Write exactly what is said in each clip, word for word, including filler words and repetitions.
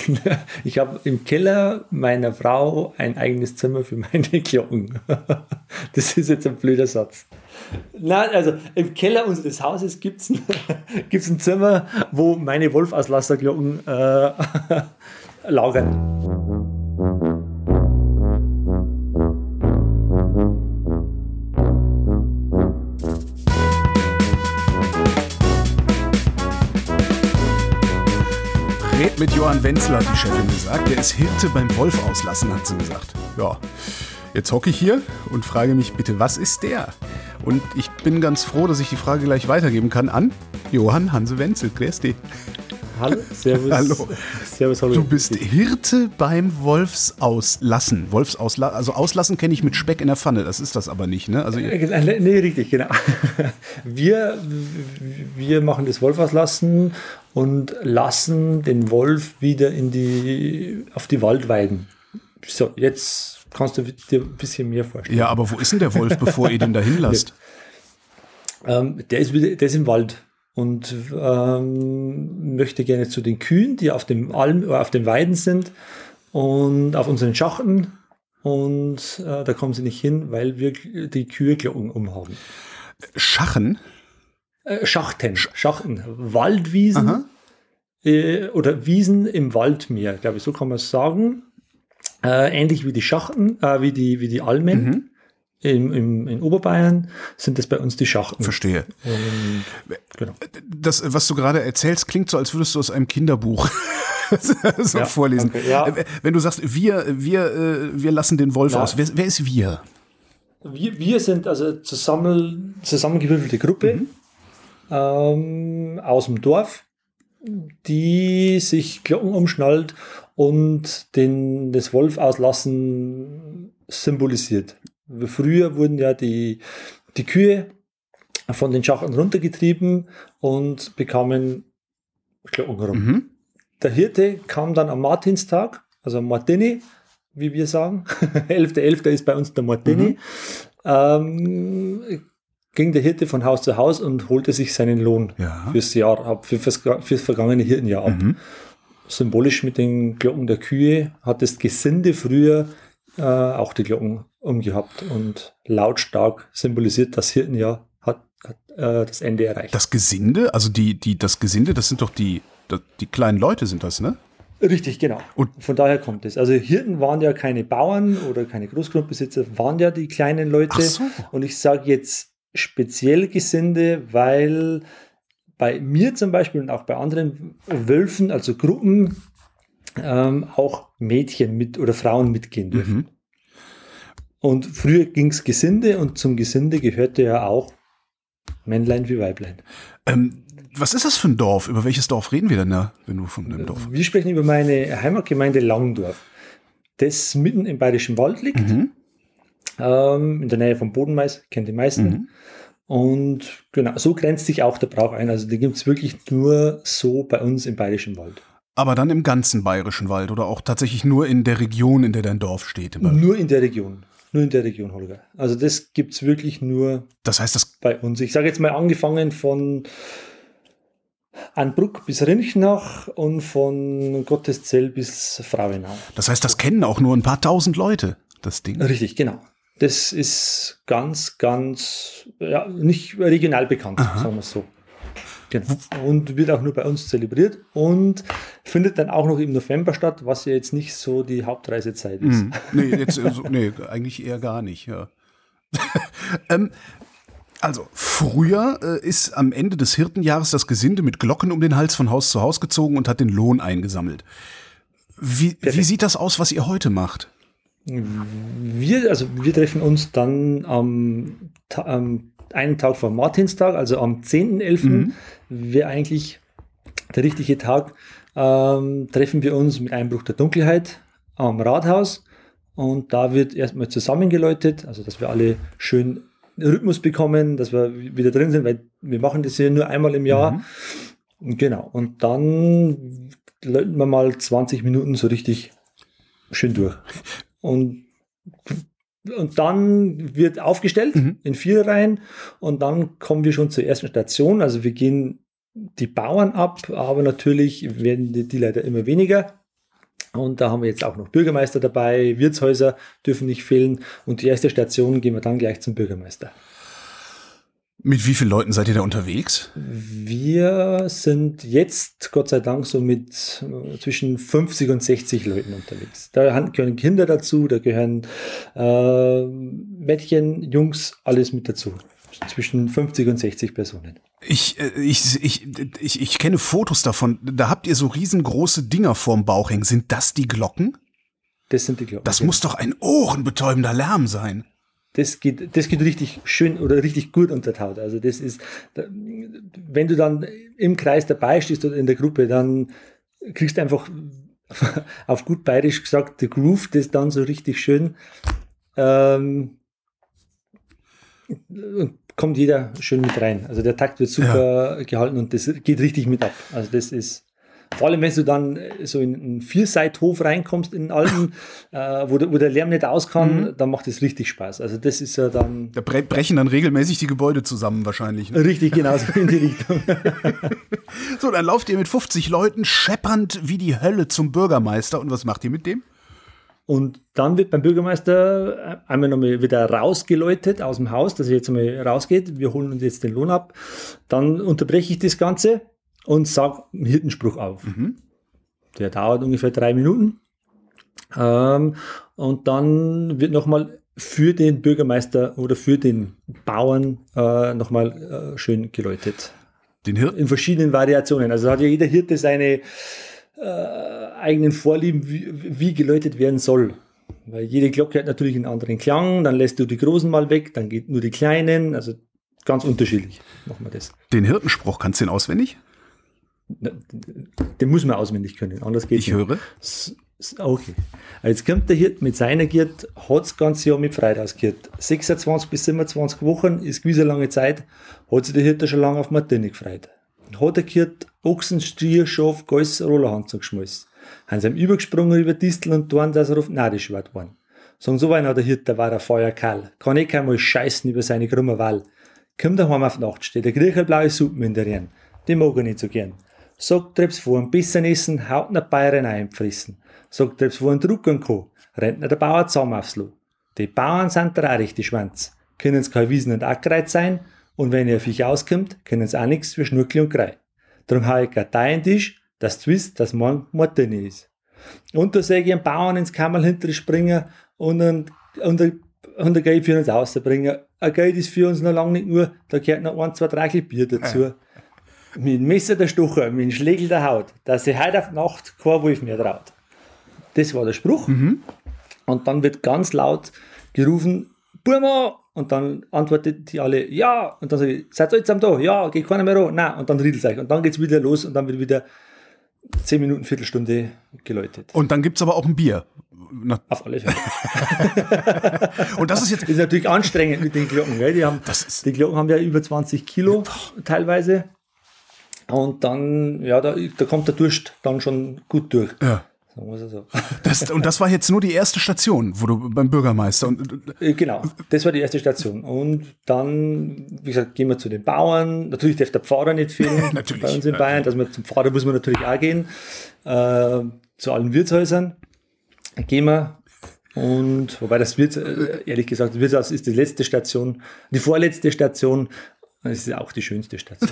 Ich habe im Keller meiner Frau ein eigenes Zimmer für meine Glocken. Das ist jetzt ein blöder Satz. Nein, also im Keller unseres Hauses gibt es ein, gibt's ein Zimmer, wo meine Wolfsauslasserglocken äh, lagern. Red mit Johann Wenzel, hat die Chefin gesagt. Der ist Hirte beim Wolf auslassen, hat sie gesagt. Ja, jetzt hocke ich hier und frage mich bitte, was ist der? Und ich bin ganz froh, dass ich die Frage gleich weitergeben kann an Johann Hanse Wenzel. Grüß dich. Hallo, servus. Hallo. Servus, hallo. Du bist Hirte beim Wolfsauslassen. Wolfsausla- also auslassen kenne ich mit Speck in der Pfanne, das ist das aber nicht, ne? Also äh, nee, richtig, genau. Wir, wir machen das Wolfauslassen und lassen den Wolf wieder in die, auf die Waldweiden. So, jetzt kannst du dir ein bisschen mehr vorstellen. Ja, aber wo ist denn der Wolf, bevor ihr den dahin lasst? ähm, der, ist wieder, der ist im Wald. Und ähm, möchte gerne zu den Kühen, die auf dem Alm oder auf den Weiden sind und auf unseren Schachten. Und äh, da kommen sie nicht hin, weil wir die Kühe Glocken umhaben. Schachen? Äh, Schachten, Schachten, Waldwiesen äh, oder Wiesen im Waldmeer, glaube ich, so kann man es sagen. Äh, ähnlich wie die Schachten, äh, wie die wie die Almen. Mhm. Im, im, in Oberbayern sind das bei uns die Schachten. Verstehe. Und, genau. Das, was du gerade erzählst, klingt so, als würdest du aus einem Kinderbuch so ja, vorlesen. Okay, ja. Wenn du sagst, wir, wir, wir lassen den Wolf ja. aus, wer, wer ist wir? wir? Wir sind also zusammen, zusammengewürfelte Gruppe mhm. ähm, aus dem Dorf, die sich Glocken umschnallt und den, das Wolfauslassen symbolisiert. Früher wurden ja die, die Kühe von den Schachten runtergetrieben und bekamen Glocken rum. Mhm. Der Hirte kam dann am Martinstag, also am Martini, wie wir sagen. elfter elfter ist bei uns der Martini. Mhm. Ähm, ging der Hirte von Haus zu Haus und holte sich seinen Lohn ja. fürs Jahr ab, für, fürs, fürs vergangene Hirtenjahr ab. Mhm. Symbolisch mit den Glocken der Kühe hat das Gesinde früher äh, auch die Glocken umgehabt und lautstark symbolisiert, das Hirtenjahr hat, hat äh, das Ende erreicht. Das Gesinde, also die, die, das Gesinde, das sind doch die, die kleinen Leute sind das, ne? Richtig, genau. Und von daher kommt es. Also Hirten waren ja keine Bauern oder keine Großgrundbesitzer, waren ja die kleinen Leute. Ach so. Und ich sage jetzt speziell Gesinde, weil bei mir zum Beispiel und auch bei anderen Wölfen, also Gruppen, ähm, auch Mädchen mit oder Frauen mitgehen dürfen. Mhm. Und früher ging es Gesinde und zum Gesinde gehörte ja auch Männlein wie Weiblein. Ähm, was ist das für ein Dorf? Über welches Dorf reden wir denn da, wenn du von dem Dorf? Wir sprechen über meine Heimatgemeinde Langendorf, das mitten im Bayerischen Wald liegt, mhm. ähm, in der Nähe von Bodenmais, kennen die meisten. Mhm. Und genau, so grenzt sich auch der Brauch ein. Also die gibt es wirklich nur so bei uns im Bayerischen Wald. Aber dann im ganzen Bayerischen Wald oder auch tatsächlich nur in der Region, in der dein Dorf steht? Nur in der Region. Nur in der Region, Holger. Also das gibt es wirklich nur das heißt, das bei uns. Ich sage jetzt mal angefangen von Anbruck bis Rinchnach und von Gotteszell bis Frauenau. Das heißt, das kennen auch nur ein paar tausend Leute, das Ding? Richtig, genau. Das ist ganz, ganz, ja, nicht regional bekannt, Aha. sagen wir es so. Genau. Und wird auch nur bei uns zelebriert und findet dann auch noch im November statt, was ja jetzt nicht so die Hauptreisezeit ist. Mm, nee, jetzt, also, nee, eigentlich eher gar nicht. Ja. ähm, also, früher äh, ist am Ende des Hirtenjahres das Gesinde mit Glocken um den Hals von Haus zu Haus gezogen und hat den Lohn eingesammelt. Wie, wie sieht das aus, was ihr heute macht? Wir, also wir treffen uns dann am, am einen Tag vor Martinstag, also am zehnten elften Mhm. wäre eigentlich der richtige Tag, ähm, treffen wir uns mit Einbruch der Dunkelheit am Rathaus und da wird erstmal zusammengeläutet, also dass wir alle schön Rhythmus bekommen, dass wir wieder drin sind, weil wir machen das ja nur einmal im Jahr. Mhm. Genau, und dann läuten wir mal zwanzig Minuten so richtig schön durch. Und Und dann wird aufgestellt mhm. in vier Reihen und dann kommen wir schon zur ersten Station. Also wir gehen die Bauern ab, aber natürlich werden die, die leider immer weniger. Und da haben wir jetzt auch noch Bürgermeister dabei, Wirtshäuser dürfen nicht fehlen. Und die erste Station gehen wir dann gleich zum Bürgermeister. Mit wie vielen Leuten seid ihr da unterwegs? Wir sind jetzt, Gott sei Dank, so mit äh, zwischen fünfzig und sechzig Leuten unterwegs. Da gehören Kinder dazu, da gehören äh, Mädchen, Jungs, alles mit dazu. Zwischen fünfzig und sechzig Personen. Ich, äh, ich, ich, ich, ich kenne Fotos davon. Da habt ihr so riesengroße Dinger vorm Bauch hängen. Sind das die Glocken? Das sind die Glocken. Das muss doch ein ohrenbetäubender Lärm sein. Das geht, das geht richtig schön oder richtig gut unter die Haut. Also das ist, wenn du dann im Kreis dabei stehst oder in der Gruppe, dann kriegst du einfach auf gut bayerisch gesagt, der Groove, das dann so richtig schön, ähm, kommt jeder schön mit rein. Also der Takt wird super ja. gehalten und das geht richtig mit ab. Also das ist, vor allem wenn du dann so in einen Vierseithof reinkommst in den Alpen, äh, wo, der, wo der Lärm nicht aus kann, mhm. dann macht es richtig Spaß. Also das ist ja dann... Da bre- brechen dann regelmäßig die Gebäude zusammen wahrscheinlich. Ne? Richtig, genau so in die Richtung. So, dann lauft ihr mit fünfzig Leuten scheppernd wie die Hölle zum Bürgermeister und was macht ihr mit dem? Und dann wird beim Bürgermeister einmal nochmal wieder rausgeläutet aus dem Haus, dass er jetzt einmal rausgeht. Wir holen uns jetzt den Lohn ab. Dann unterbreche ich das Ganze und sage einen Hirtenspruch auf. Mhm. Der dauert ungefähr drei Minuten. Ähm, und dann wird nochmal für den Bürgermeister oder für den Bauern äh, nochmal äh, schön geläutet. Den Hirten? In verschiedenen Variationen. Also hat ja jeder Hirte seine Äh, eigenen Vorlieben, wie, wie geläutet werden soll. Weil jede Glocke hat natürlich einen anderen Klang, dann lässt du die großen mal weg, dann geht nur die kleinen, also ganz unterschiedlich machen wir das. Den Hirtenspruch, kannst du den auswendig? Den muss man auswendig können, anders geht es nicht. Ich höre. Okay. Jetzt kommt der Hirt mit seiner Giert, hat das ganze Jahr mit Freude ausgehirt. sechsundzwanzig bis siebenundzwanzig Wochen ist gewiss eine lange Zeit, hat sich der Hirt schon lange auf Martini gefreut. Hat er gehört, Ochsen, Stier, Schaf, Geiss, Rollerhand zugeschmissen. Haben sie ihm übergesprungen über Distel und Dorn, dass er auf Nadisch wird worden. Sagen so einer, der Hirt, der war ein Feuerkerl. Kann eh kein mal scheißen über seine krumme Wahl. Kommt daheim auf Nacht, steht der griecherblaue Suppen in der Rien. Die mag er nicht so gern. Sagt, treb's vor, ein bisschen essen, haut ne Bayern einfressen. Sagt, treb's vor, ein Druck und Co. Rennt ne der Bauer zusammen aufs Loh. Die Bauern sind da auch richtig Schwanz. Können's kein Wiesen und Ackerreit sein, und wenn ihr Viech auskommt, können sie auch nichts für Schnurkli und Grei. Darum habe ich Kartei in den Tisch, dass du wisst, dass morgen Martini ist. Und da sage ich einen Bauern ins Kammerl hinter springen und ein, und ein, und ein Geld für uns rausbringen. Ein Geld ist für uns noch lange nicht nur, da gehört noch ein, zwei, drei Bier dazu. Ja. Mit dem Messer der Stocher, mit dem Schlägel der Haut, dass sich heute auf Nacht kein Wolf mehr traut. Das war der Spruch. Mhm. Und dann wird ganz laut gerufen, Burma! Und dann antwortet die alle, ja. Und dann sage ich, seid ihr jetzt am da? Ja, geht keiner mehr ran. Nein. Und dann riedelt es euch. Und dann geht es wieder los und dann wird wieder zehn Minuten, Viertelstunde geläutet. Und dann gibt es aber auch ein Bier. Na. Auf alle Fälle. Und das ist jetzt... Das ist natürlich anstrengend mit den Glocken. Gell? Die, haben, das ist die Glocken haben ja über zwanzig Kilo teilweise. Und dann, ja, da, da kommt der Durst dann schon gut durch. Ja. So. Das, und das war jetzt nur die erste Station, wo du beim Bürgermeister... Und, genau, das war die erste Station. Und dann, wie gesagt, gehen wir zu den Bauern. Natürlich darf der Pfarrer nicht fehlen natürlich, bei uns in Bayern. Also zum Pfarrer muss man natürlich auch gehen. Äh, zu allen Wirtshäusern gehen wir. Und wobei das Wirts, ehrlich gesagt, das Wirtshaus ist die letzte Station, die vorletzte Station. Das ist auch die schönste Station.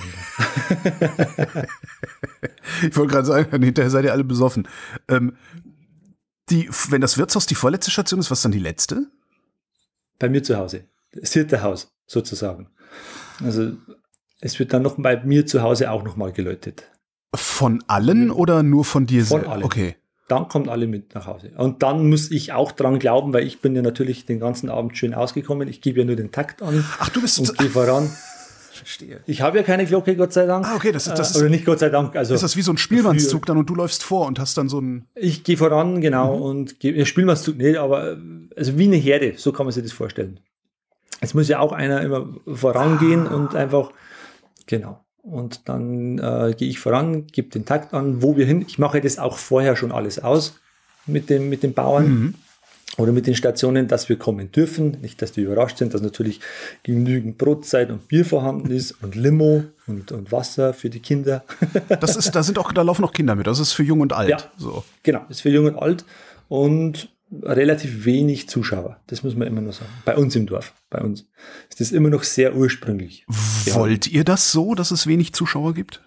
Ich wollte gerade sagen, hinterher seid ihr alle besoffen. Ähm, die, wenn das Wirtshaus die vorletzte Station ist, was dann die letzte? Bei mir zu Hause. Das vierte Haus, sozusagen. Also es wird dann noch bei mir zu Hause auch nochmal geläutet. Von allen oder nur von dir selbst? Von allen. Okay. Dann kommen alle mit nach Hause. Und dann muss ich auch dran glauben, weil ich bin ja natürlich den ganzen Abend schön ausgekommen. Ich gebe ja nur den Takt an. Ach, du bist... Und gehe voran. Verstehe. Ich habe ja keine Glocke, Gott sei Dank. Ah, okay, das ist, das ist, oder nicht Gott sei Dank. Also ist das wie so ein Spielmannszug dann und du läufst vor und hast dann so ein... Ich gehe voran, genau, mhm. und gehe, Spielmannszug nicht, aber also wie eine Herde, so kann man sich das vorstellen. Es muss ja auch einer immer vorangehen ah. und einfach, genau. Und dann äh, gehe ich voran, gebe den Takt an, wo wir hin. Ich mache das auch vorher schon alles aus mit dem, mit den Bauern. Mhm. oder mit den Stationen, dass wir kommen dürfen. Nicht, dass die überrascht sind, dass natürlich genügend Brotzeit und Bier vorhanden ist und Limo und, und Wasser für die Kinder. Das ist, da sind auch, da laufen auch Kinder mit. Das ist für Jung und Alt. Ja, so. Genau, ist für Jung und Alt und relativ wenig Zuschauer. Das muss man immer noch sagen. Bei uns im Dorf, bei uns ist das immer noch sehr ursprünglich. Wollt ihr das so, dass es wenig Zuschauer gibt?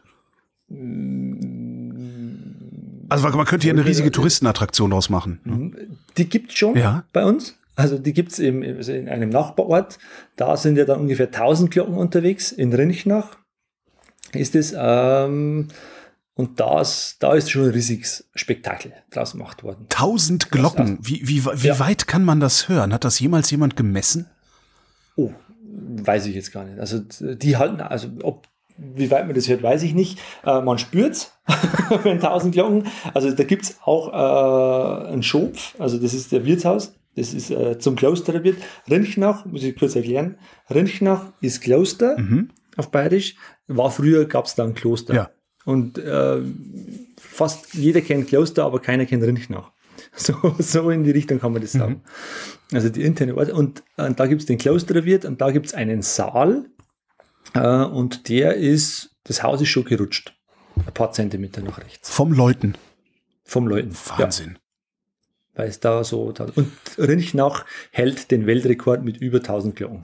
Also man könnte hier eine riesige Touristenattraktion draus machen. Ne? Die gibt's schon ja. bei uns. Also die gibt's im, also in einem Nachbarort. Da sind ja dann ungefähr tausend Glocken unterwegs. In Rinchnach ist es. Ähm, und das, da ist schon ein riesiges Spektakel draus gemacht worden. Tausend Glocken. Wie, wie, wie ja. weit kann man das hören? Hat das jemals jemand gemessen? Oh, weiß ich jetzt gar nicht. Also die halten, also ob wie weit man das hört, weiß ich nicht. Äh, man spürt's, wenn tausend Glocken. Also da gibt's auch äh, einen Schopf, also das ist der Wirtshaus, das ist äh, zum Klosterwirt. Rinchnach, muss ich kurz erklären, Rinchnach ist Kloster mhm. auf Bayerisch. War früher, gab's da ein Kloster. Ja. Und äh, fast jeder kennt Kloster, aber keiner kennt Rinchnach. So, so in die Richtung kann man das sagen. Mhm. Also die interne Orte. Und, und da gibt's den Klosterwirt und da gibt's einen Saal. Uh, und der ist, das Haus ist schon gerutscht. Ein paar Zentimeter nach rechts. Vom Läuten? Vom Läuten. Wahnsinn. Ja. Weil es da so, da, und Rinchnach hält den Weltrekord mit über tausend Glocken.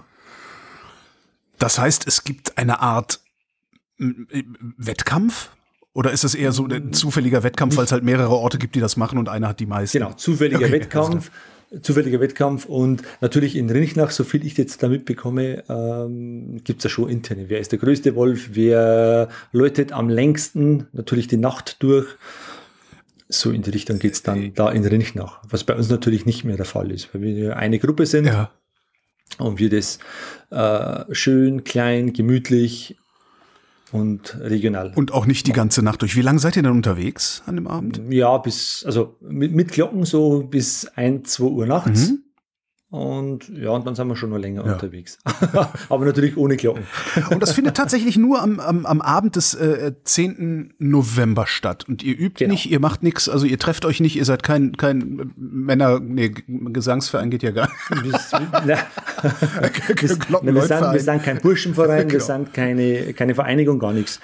Das heißt, es gibt eine Art Wettkampf? Oder ist das eher so ein zufälliger Wettkampf, weil es halt mehrere Orte gibt, die das machen und einer hat die meisten? Genau, zufälliger okay, Wettkampf. Zufälliger Wettkampf und natürlich in Rinchnach, so viel ich jetzt da mitbekomme, ähm, gibt es ja schon interne. Wer ist der größte Wolf? Wer läutet am längsten? Natürlich die Nacht durch. So in die Richtung geht es dann da in Rinchnach, was bei uns natürlich nicht mehr der Fall ist, weil wir eine Gruppe sind ja. und wir das äh, schön, klein, gemütlich und regional. Und auch nicht die ganze Nacht durch. Wie lange seid ihr denn unterwegs an dem Abend? Ja, bis, also mit, mit Glocken so bis ein, zwei Uhr nachts. Mhm. Und ja, und dann sind wir schon noch länger ja. unterwegs. Aber natürlich ohne Glocken. Und das findet tatsächlich nur am, am, am Abend des äh, zehnten November statt. Und ihr übt genau. nicht, ihr macht nichts, also ihr trefft euch nicht, ihr seid kein, kein Männer, nee, Gesangsverein geht ja gar nicht. Wir, na, wir, wir, sind, wir sind kein Burschenverein, genau. wir sind keine, keine Vereinigung, gar nichts.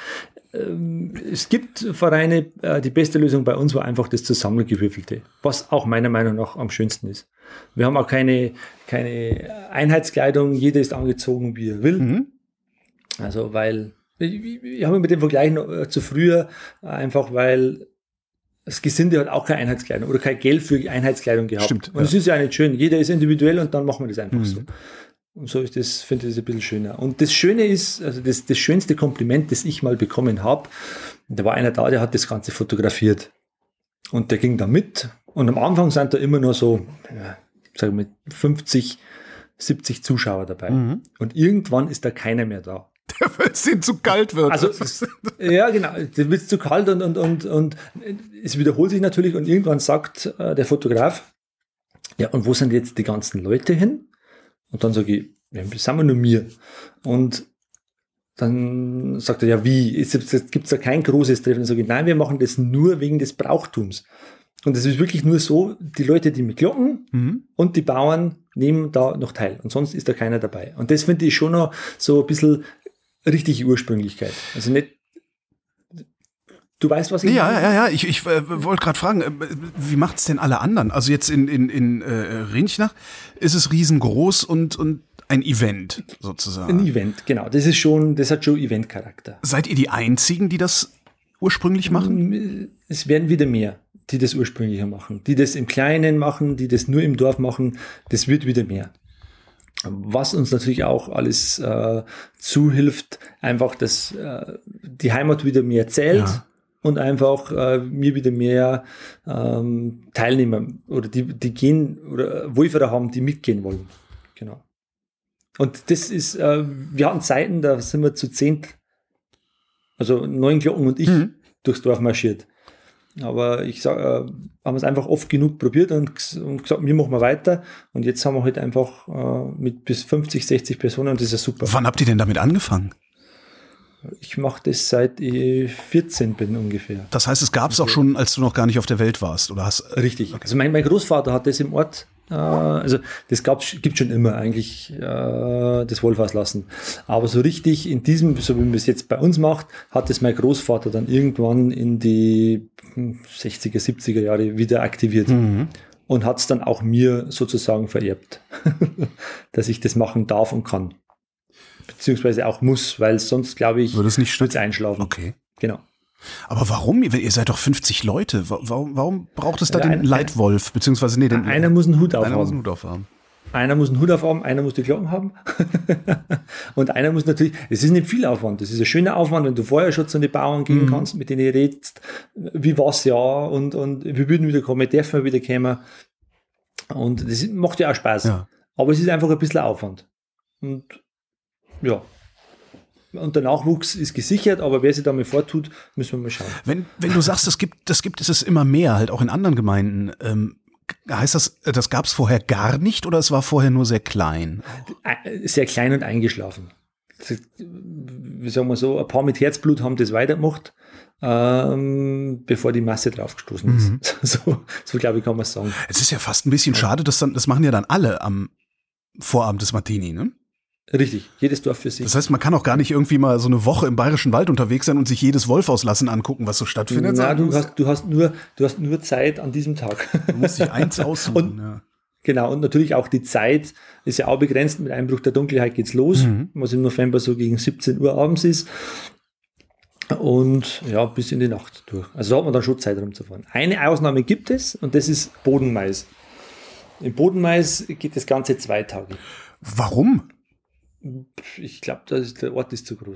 Es gibt Vereine, die beste Lösung bei uns war einfach das Zusammengewürfelte, was auch meiner Meinung nach am schönsten ist. Wir haben auch keine, keine Einheitskleidung, jeder ist angezogen, wie er will. Mhm. Also, weil, ich habe mit dem Vergleich noch zu früher, einfach weil das Gesinde hat auch keine Einheitskleidung oder kein Geld für Einheitskleidung gehabt. Stimmt, und das ja. ist ja nicht schön. Jeder ist individuell und dann machen wir das einfach mhm. so. Und so ist das, finde ich das ein bisschen schöner. Und das Schöne ist, also das, das schönste Kompliment, das ich mal bekommen habe, da war einer da, der hat das Ganze fotografiert. Und der ging da mit. Und am Anfang sind da immer nur so, ja, sagen wir, fünfzig, siebzig Zuschauer dabei. Mhm. Und irgendwann ist da keiner mehr da. Weil es ihm zu kalt wird. Also, ja, genau. Da wird es zu kalt und, und, und, und es wiederholt sich natürlich. Und irgendwann sagt äh, der Fotograf, ja, und wo sind jetzt die ganzen Leute hin? Und dann sage ich, ja, sind wir nur wir. Und dann sagt er, ja, wie? Jetzt gibt es da kein großes Treffen. Dann sage ich, nein, wir machen das nur wegen des Brauchtums. Und es ist wirklich nur so, die Leute, die mit Glocken mhm. und die Bauern nehmen da noch teil. Und sonst ist da keiner dabei. Und das finde ich schon noch so ein bisschen richtige Ursprünglichkeit. Also nicht, du weißt, was ich Ja, meine? ja, ja. Ich, ich äh, wollte gerade fragen, äh, wie macht's denn alle anderen? Also jetzt in, in, in äh, Rinchnach ist es riesengroß und, und ein Event sozusagen. Ein Event, genau. Das ist schon, das hat schon Event-Charakter. Seid ihr die Einzigen, die das ursprünglich machen? Es werden wieder mehr, die das ursprünglicher machen. Die das im Kleinen machen, die das nur im Dorf machen. Das wird wieder mehr. Was uns natürlich auch alles äh, zuhilft, einfach, dass äh, die Heimat wieder mehr zählt. Ja. Und einfach äh, mir wieder mehr ähm, Teilnehmer oder die, die gehen oder Wolferer haben, die mitgehen wollen. Genau. Und das ist, äh, wir hatten Zeiten, da sind wir zu zehnt, also neun Glocken und ich, mhm. durchs Dorf marschiert. Aber ich sag, äh, haben es einfach oft genug probiert und, und gesagt, wir machen wir weiter. Und jetzt haben wir halt einfach äh, mit bis fünfzig, sechzig Personen und das ist ja super. Wann habt ihr denn damit angefangen? Ich mache das seit ich vierzehn bin ungefähr. Das heißt, es gab es auch schon, als du noch gar nicht auf der Welt warst, oder hast? Richtig. Okay. Also mein, mein Großvater hat das im Ort Äh, also das gibt schon immer eigentlich, äh, das Wolfauslassen. Aber so richtig in diesem, so wie man es jetzt bei uns macht, hat es mein Großvater dann irgendwann in die sechziger, siebziger Jahre wieder aktiviert. Mhm. Und hat es dann auch mir sozusagen vererbt, dass ich das machen darf und kann. Beziehungsweise auch muss, weil sonst, glaube ich, würde es nicht wird's einschlafen. Okay. Genau. Aber warum? Ihr seid doch fünfzig Leute. Warum, warum braucht es da Ja, den ein, Leitwolf? Beziehungsweise, nee, den, einer muss einen Hut aufhaben. Einer muss einen Hut aufhaben. Einer muss einen Hut aufhaben, einer muss die Glocken haben. Und einer muss natürlich, es ist nicht viel Aufwand, das ist ein schöner Aufwand, wenn du vorher schon zu den Bauern gehen mhm. kannst, mit denen ihr redest, wie war's ja und, und wir würden wieder kommen, dürfen wir wieder kommen. Und das macht ja auch Spaß. Ja. Aber es ist einfach ein bisschen Aufwand. Und ja. Und der Nachwuchs ist gesichert, aber wer sich damit vortut, müssen wir mal schauen. Wenn, wenn du sagst, das gibt, das gibt es immer mehr, halt auch in anderen Gemeinden, ähm, heißt das, das gab es vorher gar nicht oder es war vorher nur sehr klein? Sehr klein und eingeschlafen. Wie sagen wir so, ein paar mit Herzblut haben das weitergemacht, ähm, bevor die Masse draufgestoßen ist. Mhm. So, so glaube ich, kann man es sagen. Es ist ja fast ein bisschen schade, dass dann, das machen ja dann alle am Vorabend des Martini, ne? Richtig, jedes Dorf für sich. Das heißt, man kann auch gar nicht irgendwie mal so eine Woche im Bayerischen Wald unterwegs sein und sich jedes Wolfauslassen angucken, was so stattfindet. Na, du hast, du hast nur, du hast nur Zeit an diesem Tag. Du musst dich eins aussuchen. Und, ja. Genau, und natürlich auch die Zeit ist ja auch begrenzt. Mit Einbruch der Dunkelheit geht's los, mhm. was im November so gegen siebzehn Uhr abends ist. Und ja, bis in die Nacht durch. Also da hat man dann schon Zeit rumzufahren. Eine Ausnahme gibt es und das ist Bodenmais. Im Bodenmais geht das Ganze zwei Tage. Warum? Ich glaube, der Ort ist zu groß.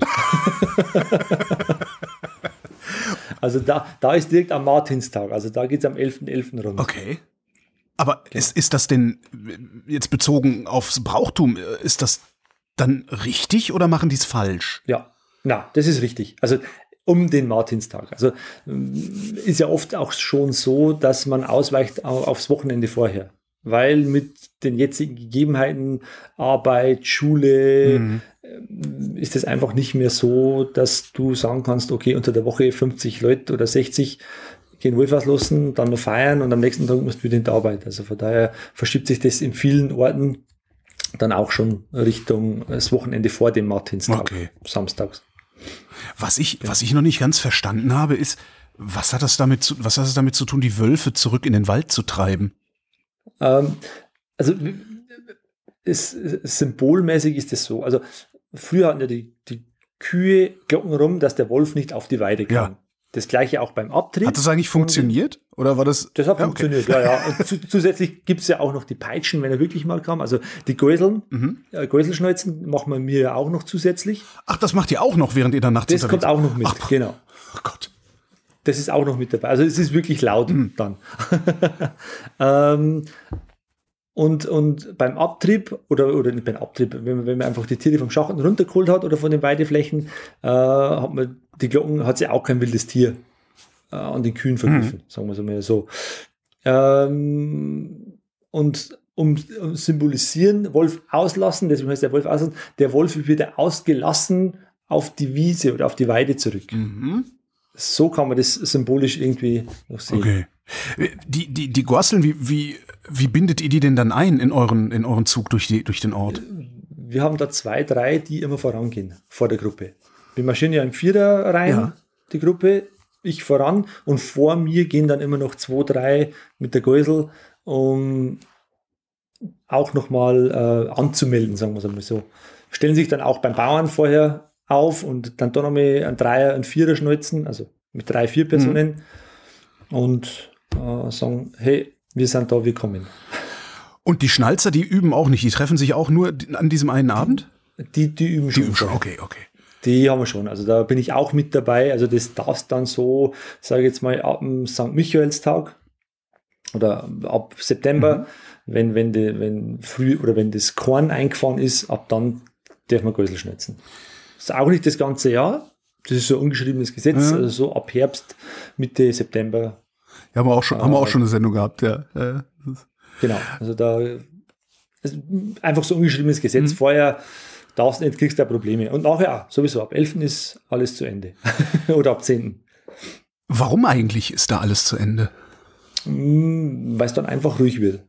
Also da, da ist direkt am Martinstag. Also da geht es am elften elften rum. Okay. Aber genau. ist, ist das denn, jetzt bezogen aufs Brauchtum, ist das dann richtig oder machen die es falsch? Ja, na, das ist richtig. Also um den Martinstag. Also ist ja oft auch schon so, dass man ausweicht aufs Wochenende vorher. Weil mit den jetzigen Gegebenheiten, Arbeit, Schule, mhm. ist es einfach nicht mehr so, dass du sagen kannst, okay, unter der Woche fünfzig Leute oder sechzig gehen Wolfauslassen, dann noch feiern und am nächsten Tag musst du wieder in die Arbeit. Also von daher verschiebt sich das in vielen Orten dann auch schon Richtung das Wochenende vor dem Martinstag, okay. Samstags. Was ich, ja. was ich noch nicht ganz verstanden habe, ist, was hat das damit zu, was hat es damit zu tun, die Wölfe zurück in den Wald zu treiben? Ähm, also es, symbolmäßig ist es so. Also früher hatten ja die, die Kühe Glocken rum, dass der Wolf nicht auf die Weide kam. Ja. Das gleiche auch beim Abtrieb. Hat das eigentlich funktioniert? Oder war das? Das hat ja, funktioniert, okay. ja, ja. Und zu, zusätzlich gibt es ja auch noch die Peitschen, wenn er wirklich mal kam. Also die Gäuseln, mhm. äh, Gäuselschneuzen machen wir mir ja auch noch zusätzlich. Ach, das macht ihr auch noch, während ihr dann nachts Das kommt auch noch mit, Ach, genau. Oh Gott. Das ist auch noch mit dabei. Also es ist wirklich laut mhm. dann. ähm, und, und beim Abtrieb, oder, oder nicht beim Abtrieb, wenn man, wenn man einfach die Tiere vom Schachten runtergeholt hat oder von den Weideflächen, äh, hat man die Glocken, hat sie auch kein wildes Tier äh, an den Kühen vergriffen, mhm. sagen wir es mal so. Ähm, und um, um symbolisieren, Wolf auslassen, deswegen heißt der Wolf auslassen, der Wolf wird wieder ausgelassen auf die Wiese oder auf die Weide zurück. Mhm. So kann man das symbolisch irgendwie noch sehen. Okay. Die, die, die Goasseln, wie, wie, wie bindet ihr die denn dann ein in euren, in euren Zug durch, die, durch den Ort? Wir haben da zwei, drei, die immer vorangehen vor der Gruppe. Wir marschieren ja im Vierer rein, ja. die Gruppe, ich voran und vor mir gehen dann immer noch zwei, drei mit der Geusel, um auch nochmal äh, anzumelden, sagen wir es einmal so. Stellen sich dann auch beim Bauern vorher auf und dann da nochmal ein Dreier, ein Vierer schneuzen, also mit drei, vier Personen mhm. und äh, sagen, hey, wir sind da, wir kommen. Und die Schnalzer, die üben auch nicht, die treffen sich auch nur an diesem einen Abend? Die, die üben schon. Die üben schon, okay, okay. Die haben wir schon, also da bin ich auch mit dabei, also das darfst dann so, sage ich jetzt mal, ab dem Sankt Michaelstag oder ab September, mhm. wenn, wenn, die, wenn früh oder wenn das Korn eingefahren ist, ab dann darf man Geusel schnitzen. Das ist auch nicht das ganze Jahr. Das ist so ein ungeschriebenes Gesetz. Ja. Also so ab Herbst, Mitte September. Ja, haben wir auch schon, äh, haben wir auch schon eine Sendung gehabt, ja. Äh, genau. Also da ist einfach so ein ungeschriebenes Gesetz. Mhm. Vorher darfst du nicht, kriegst du Probleme. Und nachher auch, sowieso. Ab elften ist alles zu Ende. Oder ab zehnten Warum eigentlich ist da alles zu Ende? Weil es dann einfach ruhig wird.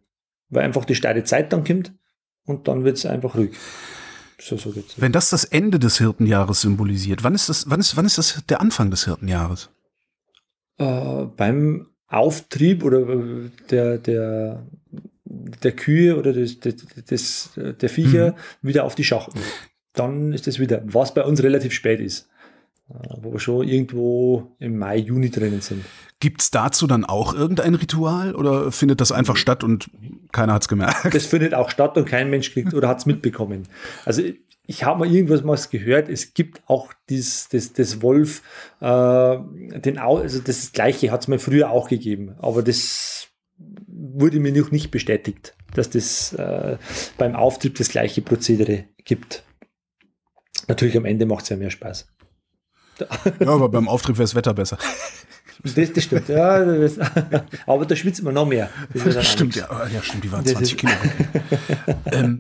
weil einfach die steile Zeit dann kommt und dann wird es einfach ruhig. So, so geht's. Wenn das das Ende des Hirtenjahres symbolisiert, wann ist das, wann ist, wann ist das der Anfang des Hirtenjahres? Äh, beim Auftrieb oder der, der, der Kühe oder des, des, des, der Viecher mhm. wieder auf die Schachteln. Dann ist das wieder, was bei uns relativ spät ist. Wo wir schon irgendwo im Mai, Juni drinnen sind. Gibt es dazu dann auch irgendein Ritual oder findet das einfach statt und keiner hat es gemerkt? Das findet auch statt und kein Mensch kriegt oder hat es mitbekommen. Also ich habe mal irgendwas mal gehört, es gibt auch dieses, das, das Wolf, äh, den, also das Gleiche hat es mir früher auch gegeben, aber das wurde mir noch nicht bestätigt, dass das äh, beim Auftrieb das gleiche Prozedere gibt. Natürlich am Ende macht es ja mehr Spaß. Ja, aber beim Auftrieb wäre das Wetter besser. Das, das stimmt, ja. Das, aber da schwitzt man noch mehr. Das, das stimmt, ja, ja, stimmt, die waren zwanzig Kilo. ähm,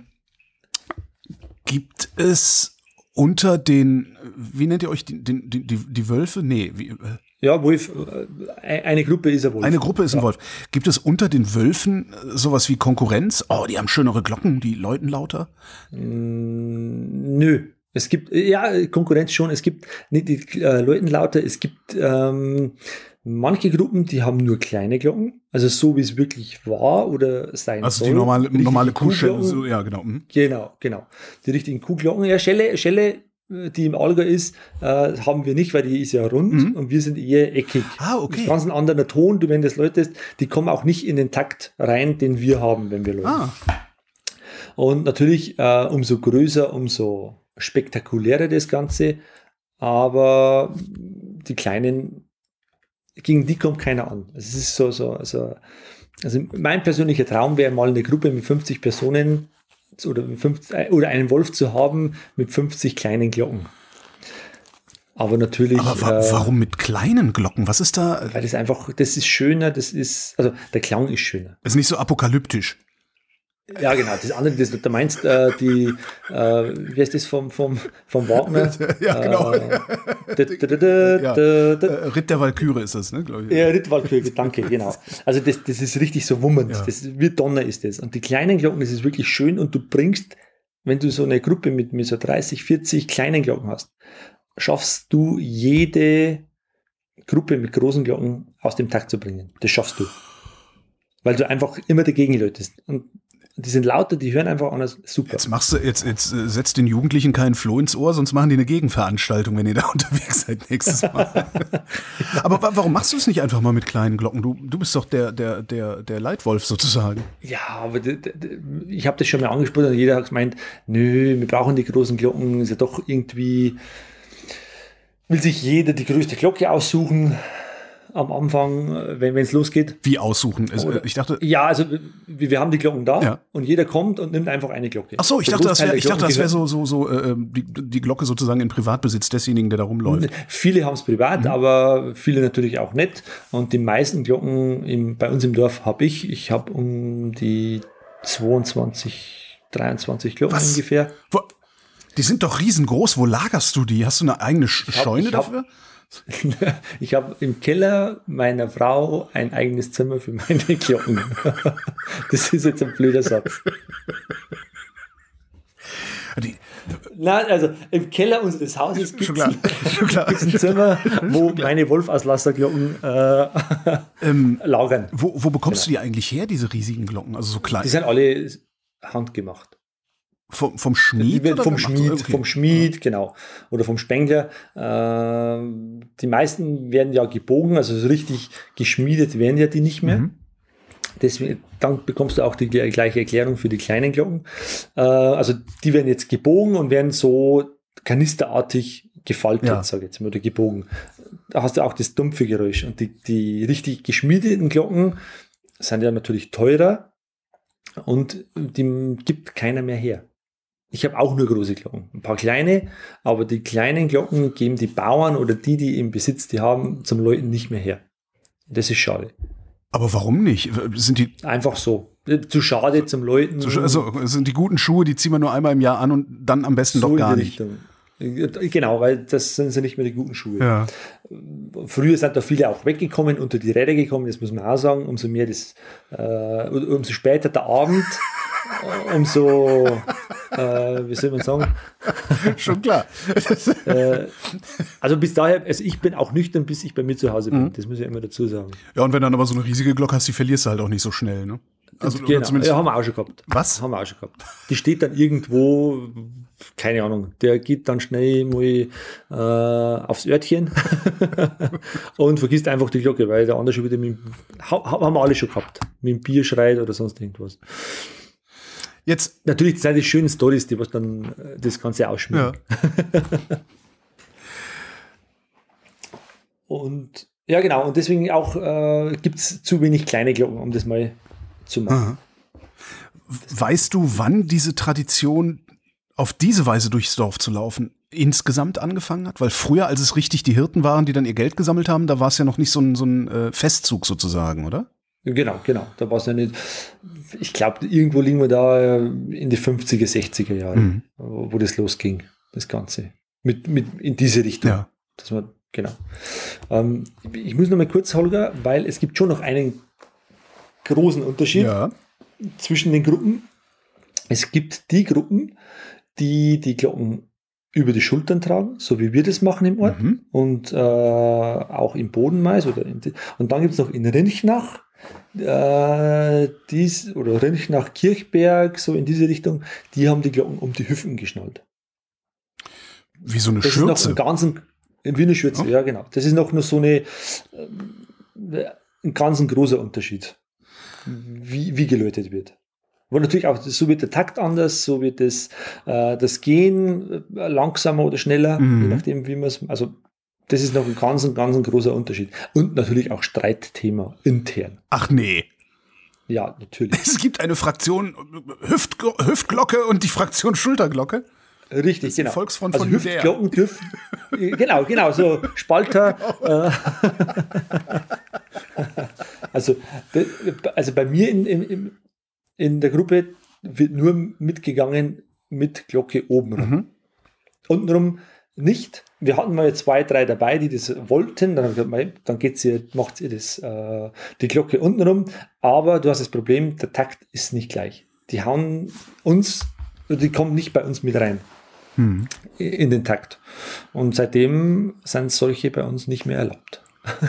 gibt es unter den, wie nennt ihr euch, die, die, die, die Wölfe? Nee. Wie, äh, ja, Wolf, eine Gruppe ist ein Wolf. Eine Gruppe ist ein ja. Wolf. Gibt es unter den Wölfen sowas wie Konkurrenz? Oh, die haben schönere Glocken, die läuten lauter? Mm, nö. Es gibt, ja, Konkurrenz schon, es gibt nicht die äh, Leuten lauter, es gibt ähm, manche Gruppen, die haben nur kleine Glocken, also so wie es wirklich war oder sein also soll. Also die normale, die normale Kuhschelle, so, ja genau. Mhm. Genau, genau. Die richtigen Kuhglocken. Ja, Schelle, Schelle, die im Allgäu ist, äh, haben wir nicht, weil die ist ja rund mhm. und wir sind eher eckig. Ah, okay. Das ist ganz ein anderer Ton, du, wenn das läutest, die kommen auch nicht in den Takt rein, den wir haben, wenn wir läuten. Ah. Und natürlich, äh, umso größer, umso spektakulärer das Ganze, aber die kleinen, gegen die kommt keiner an. Es ist so, so, so, also mein persönlicher Traum wäre mal eine Gruppe mit fünfzig Personen oder, mit fünfzig, oder einen Wolf zu haben mit fünfzig kleinen Glocken. Aber natürlich. Aber wa- äh, warum mit kleinen Glocken? Was ist da? Weil das einfach, das ist schöner, das ist, also der Klang ist schöner. Ist nicht so apokalyptisch. Ja, genau. Das andere, das du meinst, äh, die, äh, wie heißt das vom, vom, vom Wagner? Ja, genau. Äh, da, da, da, da, ja. da, da. Ritt der Walküre ist das, ne, glaube ich. Ja, Ritt der Walküre, danke, genau. Also das, das ist richtig so wummernd. Ja. Das ist, wie Donner ist das. Und die kleinen Glocken, das ist wirklich schön und du bringst, wenn du so eine Gruppe mit, mit so dreißig, vierzig kleinen Glocken hast, schaffst du jede Gruppe mit großen Glocken aus dem Takt zu bringen. Das schaffst du. Weil du einfach immer dagegen läutest. Und die sind lauter, die hören einfach anders. Super. Jetzt machst du, jetzt, jetzt äh, setzt den Jugendlichen keinen Floh ins Ohr, sonst machen die eine Gegenveranstaltung, wenn ihr da unterwegs seid nächstes Mal. Aber wa- warum machst du es nicht einfach mal mit kleinen Glocken? Du, du bist doch der, der, der, der Leitwolf sozusagen. Ja, aber d- d- d- ich habe das schon mal angesprochen und jeder hat gemeint, nö, wir brauchen die großen Glocken, ist ja doch irgendwie, will sich jeder die größte Glocke aussuchen am Anfang, wenn es losgeht. Wie aussuchen? Also, Oder, ich dachte. Ja, also wir, wir haben die Glocken da Ja. und jeder kommt und nimmt einfach eine Glocke. Ach so, ich Der dachte, das Großteil wäre, der ich dachte, das wäre Glocken so, so, so äh, die, die Glocke sozusagen in Privatbesitz desjenigen, der da rumläuft. Viele haben es privat, Mhm. aber viele natürlich auch nicht. Und die meisten Glocken im, bei uns im Dorf habe ich. Ich habe um die zweiundzwanzig, dreiundzwanzig Glocken Was? ungefähr. Wo, die sind doch riesengroß. Wo lagerst du die? Hast du eine eigene Sch- hab- Scheune ich hab- dafür? Ich habe im Keller meiner Frau ein eigenes Zimmer für meine Glocken. Das ist jetzt ein blöder Satz. Die, Nein, also im Keller unseres Hauses gibt schon klar. Schon klar. es ein Zimmer, wo meine Wolfauslasterglocken äh, ähm, lagern. wo, wo bekommst du die eigentlich her, diese riesigen Glocken? Also so klein. Die sind alle handgemacht. Vom, vom Schmied? Die werden oder vom wer macht Schmied, das? Okay. vom Schmied, genau. Oder vom Spengler. Ähm, die meisten werden ja gebogen, also so richtig geschmiedet werden ja die nicht mehr. Mhm. Deswegen, dann bekommst du auch die gleiche Erklärung für die kleinen Glocken. Äh, also die werden jetzt gebogen und werden so kanisterartig gefaltet, Ja. sage ich jetzt mal, oder gebogen. Da hast du auch das dumpfe Geräusch. Und die, die richtig geschmiedeten Glocken sind ja natürlich teurer und die gibt keiner mehr her. Ich habe auch nur große Glocken, ein paar kleine, aber die kleinen Glocken geben die Bauern oder die, die im Besitz die haben, zum Läuten nicht mehr her. Das ist schade. Aber warum nicht? Sind die, Einfach so. Zu schade zum Läuten. so, also, sind die guten Schuhe, die ziehen wir nur einmal im Jahr an und dann am besten so doch in gar die nicht. Richtung. Genau, weil das sind sie nicht mehr die guten Schuhe. Ja. Früher sind da viele auch weggekommen, unter die Räder gekommen, das muss man auch sagen. Umso mehr das, äh, umso später der Abend, umso, äh, wie soll man sagen? Schon klar. äh, also bis daher, also ich bin auch nüchtern, bis ich bei mir zu Hause bin. Mhm. Das muss ich immer dazu sagen. Ja, und wenn dann aber so eine riesige Glocke hast, die verlierst du halt auch nicht so schnell, ne? Also, genau, zumindest, ja, haben wir auch schon gehabt. Was? Haben wir auch schon gehabt. Die steht dann irgendwo, keine Ahnung, der geht dann schnell mal äh, aufs Örtchen und vergisst einfach die Glocke, weil der andere schon wieder mit, haben wir alle schon gehabt, mit dem Bier schreit oder sonst irgendwas. Jetzt natürlich, das sind die schönen Storys, die was dann das Ganze ausschmücken. Ja. Und ja, genau, und deswegen auch äh, gibt es zu wenig kleine Glocken, um das mal zu machen. Aha. Weißt du, wann diese Tradition auf diese Weise durchs Dorf zu laufen insgesamt angefangen hat? Weil früher, als es richtig die Hirten waren, die dann ihr Geld gesammelt haben, da war es ja noch nicht so ein, so ein äh, Festzug sozusagen, oder? Genau, genau. Da war es ja nicht. Ich glaube, irgendwo liegen wir da in die fünfziger, sechziger Jahre, mhm. wo, wo das losging, das Ganze. Mit, mit in diese Richtung. Ja. Dass man, genau. Ähm, ich muss noch mal kurz, Holger, weil es gibt schon noch einen großen Unterschied ja. zwischen den Gruppen. Es gibt die Gruppen, die die Glocken über die Schultern tragen, so wie wir das machen im Ort, mhm. und äh, auch im Bodenmais. Oder in die, und dann gibt es noch in Rinchnach, äh, dies, oder Rinchnach Kirchberg, so in diese Richtung, die haben die Glocken um die Hüften geschnallt. Wie so eine das Schürze? Ist noch ein ganzen, wie eine Schürze, oh. ja genau. Das ist noch nur so eine, äh, ein ganz ein großer Unterschied. Wie, wie geläutet wird. Weil natürlich auch, so wird der Takt anders, so wird das, äh, das Gehen langsamer oder schneller, mhm. je nachdem, wie man es, also das ist noch ein ganz, ganz ein großer Unterschied. Und natürlich auch Streitthema intern. Ach nee. Ja, natürlich. Es gibt eine Fraktion Hüft, Hüftglocke und die Fraktion Schulterglocke. Richtig, genau. Volksfront also von Hüftglocken dürfen, genau, genau, so Spalter. äh, also, also bei mir in, in, in der Gruppe wird nur mitgegangen mit Glocke oben rum. Mhm. Untenrum nicht. Wir hatten mal zwei, drei dabei, die das wollten. Dann haben wir gesagt, dann geht's ihr, macht ihr das, äh, die Glocke untenrum. Aber du hast das Problem, der Takt ist nicht gleich. Die hauen uns, die kommen nicht bei uns mit rein. Hm. In den Takt. Und seitdem sind solche bei uns nicht mehr erlaubt.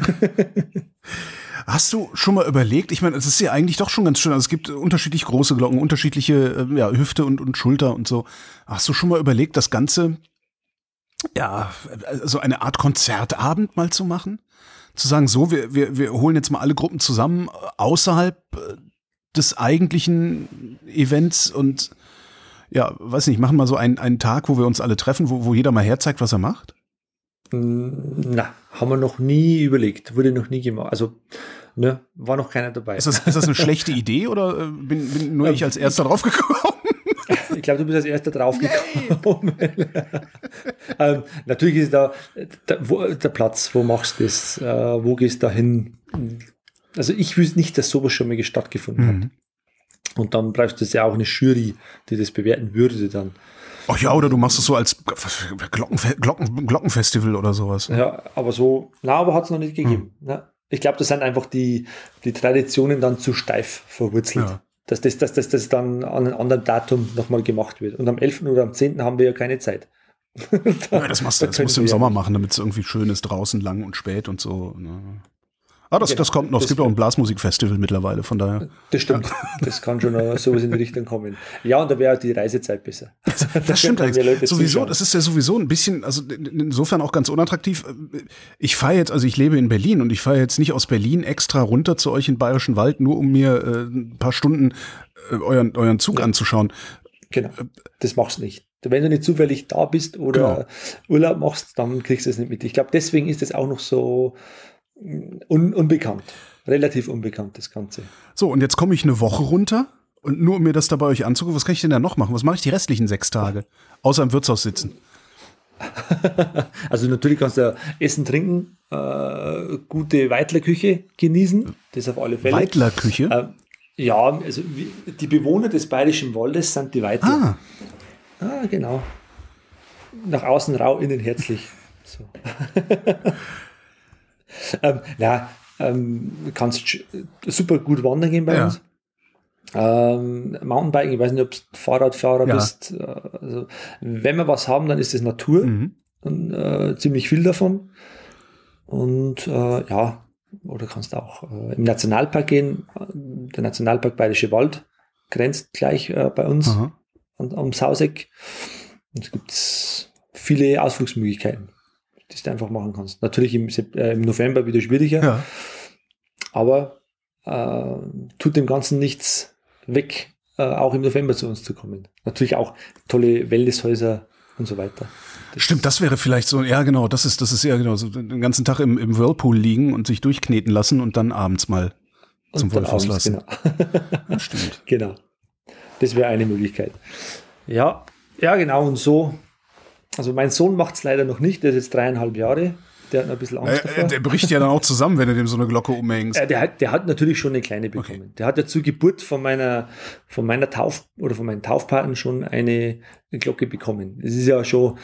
Hast du schon mal überlegt, ich meine, es ist ja eigentlich doch schon ganz schön, also es gibt unterschiedlich große Glocken, unterschiedliche ja, Hüfte und, und Schulter und so. Hast du schon mal überlegt, das Ganze, ja, so eine Art Konzertabend mal zu machen? Zu sagen, so, wir, wir, wir holen jetzt mal alle Gruppen zusammen außerhalb des eigentlichen Events und ja, weiß nicht, machen mal so einen, einen Tag, wo wir uns alle treffen, wo, wo jeder mal herzeigt, was er macht? Na, haben wir noch nie überlegt, wurde noch nie gemacht. Also, ne, war noch keiner dabei. Ist das, ist das eine schlechte Idee oder bin, bin nur ich als Erster drauf gekommen? Ich glaube, du bist als Erster drauf gekommen. ähm, natürlich ist da der, wo, der Platz, wo machst du das, äh, wo gehst du da hin? Also ich wüsste nicht, dass sowas schon mal stattgefunden mhm. hat. Und dann brauchst du ja auch eine Jury, die das bewerten würde dann. Ach ja, oder du machst es so als Glockenfe- Glocken- Glockenfestival oder sowas. Ja, aber so, na, aber hat es noch nicht gegeben. Hm. Na, ich glaube, das sind einfach die, die Traditionen dann zu steif verwurzelt. Ja. Dass das, dass, dass das dann an einem anderen Datum nochmal gemacht wird. Und am elften oder am zehnten haben wir ja keine Zeit. da, ja, das, machst du, da das musst du im Sommer machen, damit es irgendwie schön ist, draußen lang und spät und so. Ne? Ah, das, genau, das kommt noch. Es gibt auch ein Blasmusikfestival mittlerweile, von daher. Das stimmt. Ja. Das kann schon noch sowas in die Richtung kommen. Ja, und da wäre die Reisezeit besser. Das, das stimmt eigentlich. Sowieso, das ist ja sowieso ein bisschen, also insofern auch ganz unattraktiv. Ich fahre jetzt, also ich lebe in Berlin und ich fahre jetzt nicht aus Berlin extra runter zu euch in den Bayerischen Wald, nur um mir äh, ein paar Stunden äh, euren, euren Zug ja. anzuschauen. Genau, das machst du nicht. Wenn du nicht zufällig da bist oder genau. Urlaub machst, dann kriegst du es nicht mit. Ich glaube, deswegen ist es auch noch so Un- unbekannt, relativ unbekannt, das Ganze. So, und jetzt komme ich eine Woche runter und nur um mir das da bei euch anzugucken, was kann ich denn da noch machen? Was mache ich die restlichen sechs Tage? Außer im Wirtshaus sitzen. Also natürlich kannst du Essen, Trinken, äh, gute Weidlerküche genießen, das auf alle Fälle. Weidlerküche? Äh, ja, also die Bewohner des Bayerischen Waldes sind die Weidler. Ah. Ah, genau. nach außen rau, innen herzlich. So. ähm, ja, ähm, kannst super gut wandern gehen bei ja. uns. Ähm, Mountainbiken, ich weiß nicht, ob du Fahrradfahrer ja. bist. Also, wenn wir was haben, dann ist es Natur. Mhm. Und, äh, ziemlich viel davon. Und äh, ja, oder kannst auch äh, im Nationalpark gehen. Der Nationalpark Bayerische Wald grenzt gleich äh, bei uns an, am Sauseck. Und es gibt viele Ausflugsmöglichkeiten, die du einfach machen kannst. Natürlich im, äh, im November wieder schwieriger, ja. aber äh, tut dem Ganzen nichts weg, äh, auch im November zu uns zu kommen. Natürlich auch tolle Wellnesshäuser und so weiter. Das Stimmt, das wäre vielleicht so, ja genau, das ist, das ist ja genau, so den ganzen Tag im, im Whirlpool liegen und sich durchkneten lassen und dann abends mal zum Wolfhaus lassen. Genau. Ja, stimmt. Genau. Das wäre eine Möglichkeit. Ja, ja, genau, und so. Also mein Sohn macht es leider noch nicht, der ist jetzt dreieinhalb Jahre. Der hat noch ein bisschen Angst äh, davor. Der bricht ja dann auch zusammen, wenn du dem so eine Glocke umhängst. Äh, der, hat, der hat natürlich schon eine kleine bekommen. Okay. Der hat ja zur Geburt von meiner, von meiner Tauf- oder von meinen Taufpaten schon eine Glocke bekommen. Das ist ja schon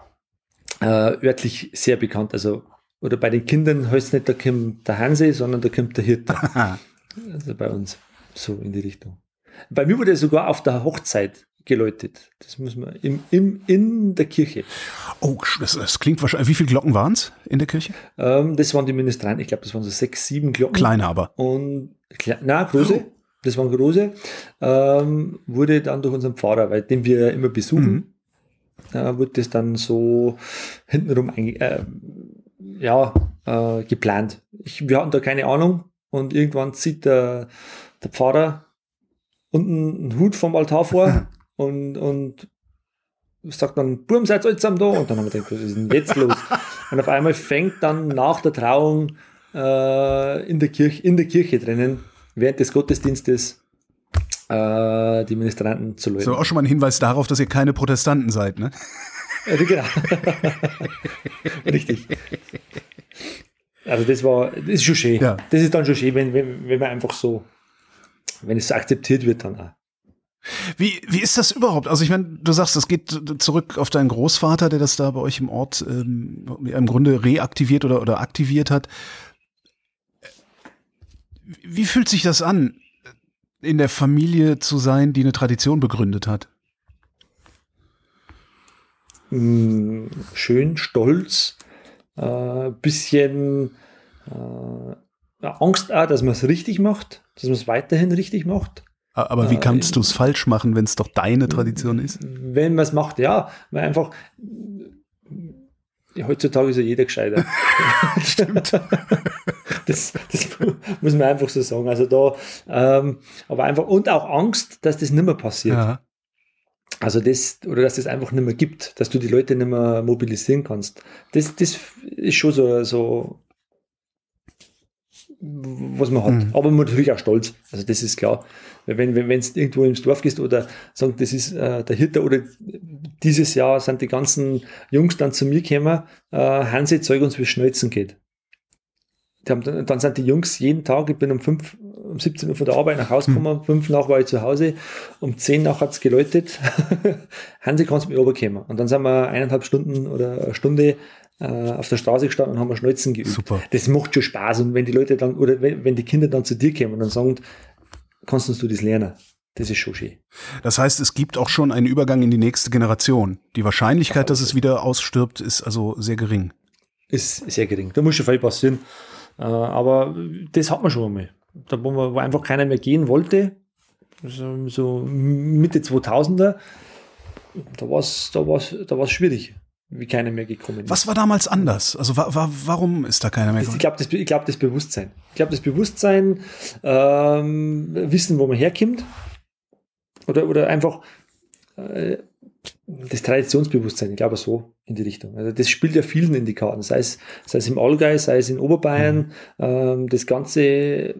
äh, örtlich sehr bekannt. Also, oder bei den Kindern heißt es nicht, da kommt der Hanse, sondern da kommt der Hirte. Also bei uns, so in die Richtung. Bei mir wurde sogar auf der Hochzeit geläutet. Das muss man im, im, in der Kirche. Oh, das, das klingt wahrscheinlich. Wie viele Glocken waren es in der Kirche? Ähm, das waren die Ministranten. Ich glaube, das waren so sechs, sieben Glocken. Kleine aber. Und na, große. Oh. Das waren große. Ähm, wurde dann durch unseren Pfarrer, weil den wir immer besuchen, mhm. äh, wurde das dann so hintenrum einge- äh, ja, äh, geplant. Ich, wir hatten da keine Ahnung. Und irgendwann zieht der, der Pfarrer unten einen Hut vom Altar vor und, und sagt dann, Burm, seid ihr zusammen da? Und dann haben wir gedacht, was ist denn jetzt los? Und auf einmal fängt dann nach der Trauung äh, in, der Kirche, in der Kirche drinnen, während des Gottesdienstes, äh, die Ministranten zu läuten. So, auch schon mal ein Hinweis darauf, dass ihr keine Protestanten seid, ne? Ja, genau. Richtig. Also das war, das ist schon schön. Ja. Das ist dann schon schön, wenn, wenn, wenn man einfach so, wenn es so akzeptiert wird dann auch. Wie, wie ist das überhaupt? Also ich meine, du sagst, das geht zurück auf deinen Großvater, der das da bei euch im Ort ähm, im Grunde reaktiviert oder, oder aktiviert hat. Wie fühlt sich das an, in der Familie zu sein, die eine Tradition begründet hat? Schön, stolz, äh, bisschen äh, Angst auch, dass man es richtig macht, dass man es weiterhin richtig macht. Aber wie kannst äh, du es falsch machen, wenn es doch deine Tradition ist? Wenn man es macht, ja, weil einfach ja, heutzutage ist ja jeder gescheiter. Stimmt. Das, das muss man einfach so sagen. Also da, ähm, aber einfach, und auch Angst, dass das nicht mehr passiert. Ja. Also das, oder dass das einfach nicht mehr gibt, dass du die Leute nicht mehr mobilisieren kannst. Das, das ist schon so, so was man hat. Mhm. Aber man natürlich auch stolz. Also das ist klar. Wenn wenn wenn es irgendwo ins Dorf gehst oder sagen, das ist äh, der Hirte oder dieses Jahr sind die ganzen Jungs dann zu mir gekommen, äh, Hansi, zeig uns, wie es schnelzen geht. Die haben, dann sind die Jungs jeden Tag, ich bin um fünf, um siebzehn Uhr von der Arbeit nach Hause gekommen, um fünf nach war ich zu Hause, um zehn nach hat es geläutet, Hansi, kannst du mit runterkommen. Und dann sind wir eineinhalb Stunden oder eine Stunde äh, auf der Straße gestanden und haben Schneuzen geübt. Super. Das macht schon Spaß. Und wenn die Leute dann, oder wenn, wenn die Kinder dann zu dir kommen und dann sagen, kannst du das lernen? Das ist schon schön. Das heißt, es gibt auch schon einen Übergang in die nächste Generation. Die Wahrscheinlichkeit, Ach, dass es wieder ausstirbt, ist also sehr gering. Ist sehr gering. Da muss schon viel passieren. Aber das hat man schon einmal. Da, wo, man, wo einfach keiner mehr gehen wollte, so, so Mitte zweitausender, da war es da war's, da war's schwierig, wie keiner mehr gekommen ist. Was war damals anders? Also wa, wa, warum ist da keiner mehr gekommen? Ich glaube, das, ich glaub, das Bewusstsein. Ich glaube, das Bewusstsein, ähm, wissen, wo man herkommt, oder, oder einfach äh, das Traditionsbewusstsein, ich glaube so in die Richtung. Also das spielt ja vielen in die Karten, sei es, sei es im Allgäu, sei es in Oberbayern, mhm. ähm, das ganze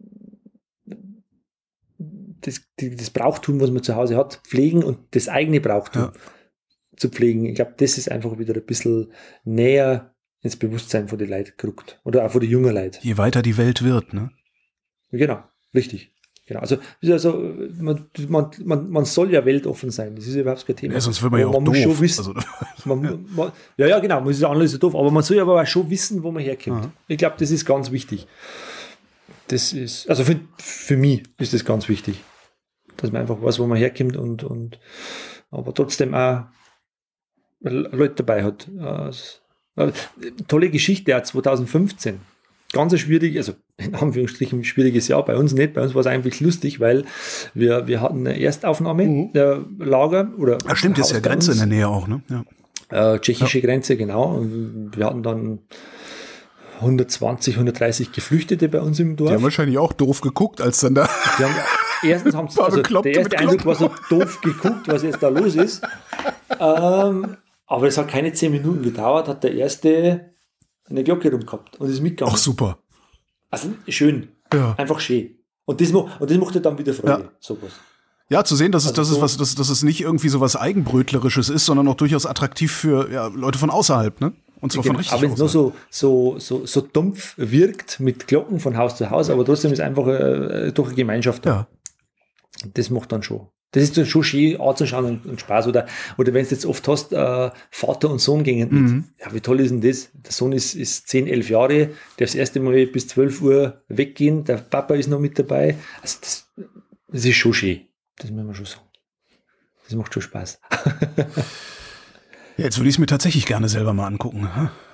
das, die, das Brauchtum, was man zu Hause hat, pflegen und das eigene Brauchtum ja. zu pflegen. Ich glaube, das ist einfach wieder ein bisschen näher ins Bewusstsein von den Leuten gerückt. Oder auch von den jungen Leuten. Je weiter die Welt wird, ne? Genau, richtig. Genau, also, also man, man, man, man soll ja weltoffen sein, das ist überhaupt kein Thema. Ja, sonst wird man ja auch man doof. Muss schon wissen, also, man, ja. Man, ja, ja, genau, man ist anders doof, aber man soll aber auch schon wissen, wo man herkommt. Aha. Ich glaube, das ist ganz wichtig. Das ist, also für, für mich ist das ganz wichtig, dass man einfach weiß, wo man herkommt und, und aber trotzdem auch Leute dabei hat. Also, tolle Geschichte auch zwanzig fünfzehn. Ganz ein schwierig, also in Anführungsstrichen ein schwieriges Jahr, bei uns nicht, bei uns war es eigentlich lustig, weil wir, wir hatten eine Erstaufnahme mhm. der Lager. Oder ja, stimmt, ist ja Grenze in der Nähe auch, ne? Ja. Äh, tschechische ja. Grenze, genau. Und wir hatten dann hundertzwanzig, hundertdreißig Geflüchtete bei uns im Dorf. Die haben wahrscheinlich auch doof geguckt, als dann da... Die haben, erstens haben sie, also der erste Eindruck war so doof geguckt, was jetzt da los ist. ähm, aber es hat keine zehn Minuten gedauert, hat der erste eine Glocke rum gehabt und ist mitgegangen. Ach, super. Also schön. Ja. Einfach schön. Und das, und das macht dann wieder Freude. Ja. Sowas. Ja, zu sehen, dass, also es, dass, so es was, dass, dass es nicht irgendwie so was Eigenbrötlerisches ist, sondern auch durchaus attraktiv für ja, Leute von außerhalb, ne? Und zwar genau. von richtig Aber wenn es nur so, so, so, so dumpf wirkt mit Glocken von Haus zu Haus, aber trotzdem ist einfach äh, durch eine Gemeinschaft da. Ja. Das macht dann schon. Das ist dann schon schön anzuschauen und, und Spaß. Oder, oder wenn du jetzt oft hast, äh, Vater und Sohn gehen mit. Mhm. Ja, wie toll ist denn das? Der Sohn ist, ist zehn, elf Jahre, darf das erste Mal bis zwölf Uhr weggehen, der Papa ist noch mit dabei. Also das, das ist schon schön. Das muss man schon sagen. Das macht schon Spaß. Ja, jetzt würde ich es mir tatsächlich gerne selber mal angucken.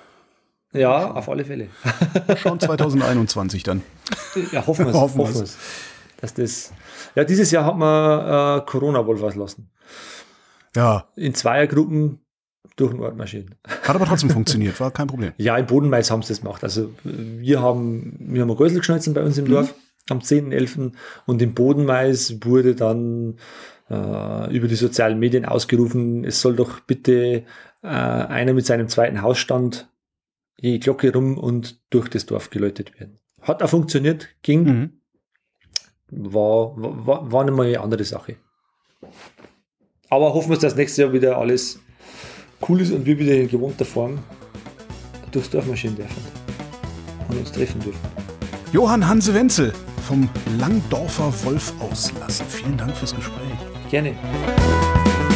Ja, auf alle Fälle. Schauen zwanzig einundzwanzig dann. Ja, hoffen wir es. hoffen hoffen wir's. Dass das, ja, dieses Jahr hat man äh, Corona wohl was lassen. Ja. In Zweiergruppen durch den Ort marschieren. Hat aber trotzdem funktioniert, war kein Problem. Ja, im Bodenmais haben sie das gemacht. Also wir haben, wir haben ein Gäusel geschnalzen bei uns im mhm. Dorf am zehnten elften und im Bodenmais wurde dann äh, über die sozialen Medien ausgerufen, es soll doch bitte äh, einer mit seinem zweiten Hausstand die Glocke rum und durch das Dorf geläutet werden. Hat auch funktioniert, ging. Mhm. War, war, war nicht mal eine andere Sache. Aber hoffen wir, dass nächstes Jahr wieder alles cool ist und wir wieder in gewohnter Form durchs Dorf marschieren dürfen und uns treffen dürfen. Johann Hanse Wenzel vom Langdorfer Wolf auslassen. Vielen Dank fürs Gespräch. Gerne.